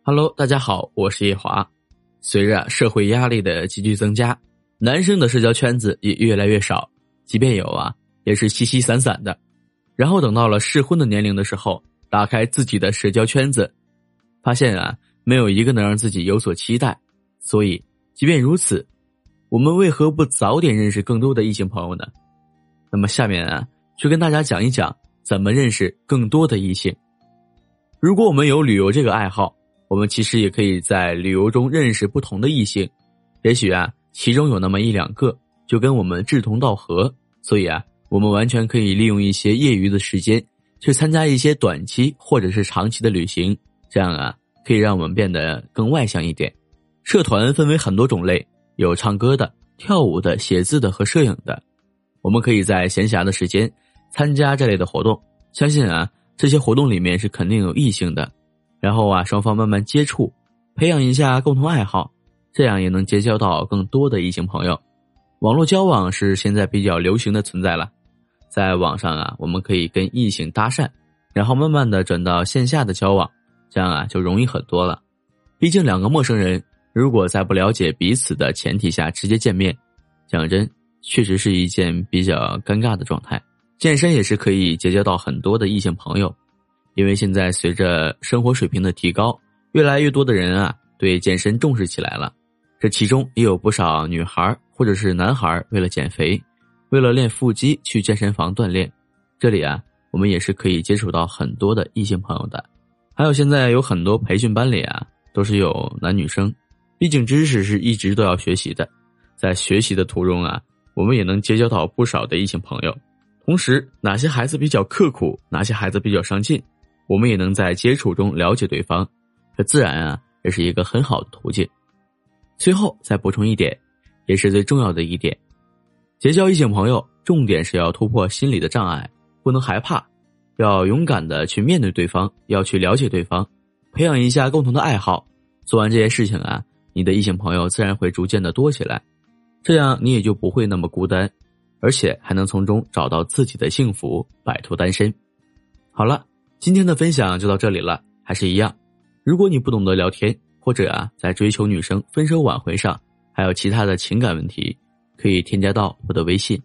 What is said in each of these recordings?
Hello， 大家好，我是叶华。随着社会压力的急剧增加，男生的社交圈子也越来越少，即便有也是稀稀散散的。然后等到了适婚的年龄的时候，打开自己的社交圈子，发现没有一个能让自己有所期待。所以，即便如此，我们为何不早点认识更多的异性朋友呢？那么下面就跟大家讲一讲怎么认识更多的异性。如果我们有旅游这个爱好，我们其实也可以在旅游中认识不同的异性，也许其中有那么一两个就跟我们志同道合，所以我们完全可以利用一些业余的时间去参加一些短期或者是长期的旅行，这样可以让我们变得更外向一点。社团分为很多种类，有唱歌的、跳舞的、写字的和摄影的。我们可以在闲暇的时间参加这类的活动，相信这些活动里面是肯定有异性的，然后双方慢慢接触，培养一下共同爱好，这样也能结交到更多的异性朋友。网络交往是现在比较流行的存在了，在网上我们可以跟异性搭讪，然后慢慢的转到线下的交往，这样就容易很多了。毕竟两个陌生人如果在不了解彼此的前提下直接见面，讲真确实是一件比较尴尬的状态。健身也是可以结交到很多的异性朋友，因为现在随着生活水平的提高，越来越多的人对健身重视起来了。这其中也有不少女孩或者是男孩为了减肥，为了练腹肌去健身房锻炼。这里我们也是可以接触到很多的异性朋友的。还有现在有很多培训班里都是有男女生，毕竟知识是一直都要学习的，在学习的途中我们也能结交到不少的异性朋友。同时哪些孩子比较刻苦，哪些孩子比较上进，我们也能在接触中了解对方，这自然也是一个很好的途径。最后再补充一点，也是最重要的一点，结交异性朋友重点是要突破心理的障碍，不能害怕，要勇敢的去面对对方，要去了解对方，培养一下共同的爱好。做完这些事情你的异性朋友自然会逐渐的多起来，这样你也就不会那么孤单，而且还能从中找到自己的幸福，摆脱单身。好了，今天的分享就到这里了。还是一样，如果你不懂得聊天，或者在追求女生分手挽回上还有其他的情感问题，可以添加到我的微信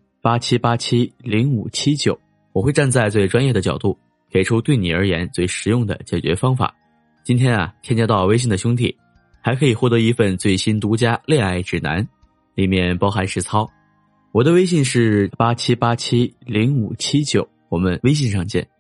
87870579，我会站在最专业的角度给出对你而言最实用的解决方法。今天添加到微信的兄弟还可以获得一份最新独家恋爱指南，里面包含实操。我的微信是87870579，我们微信上见。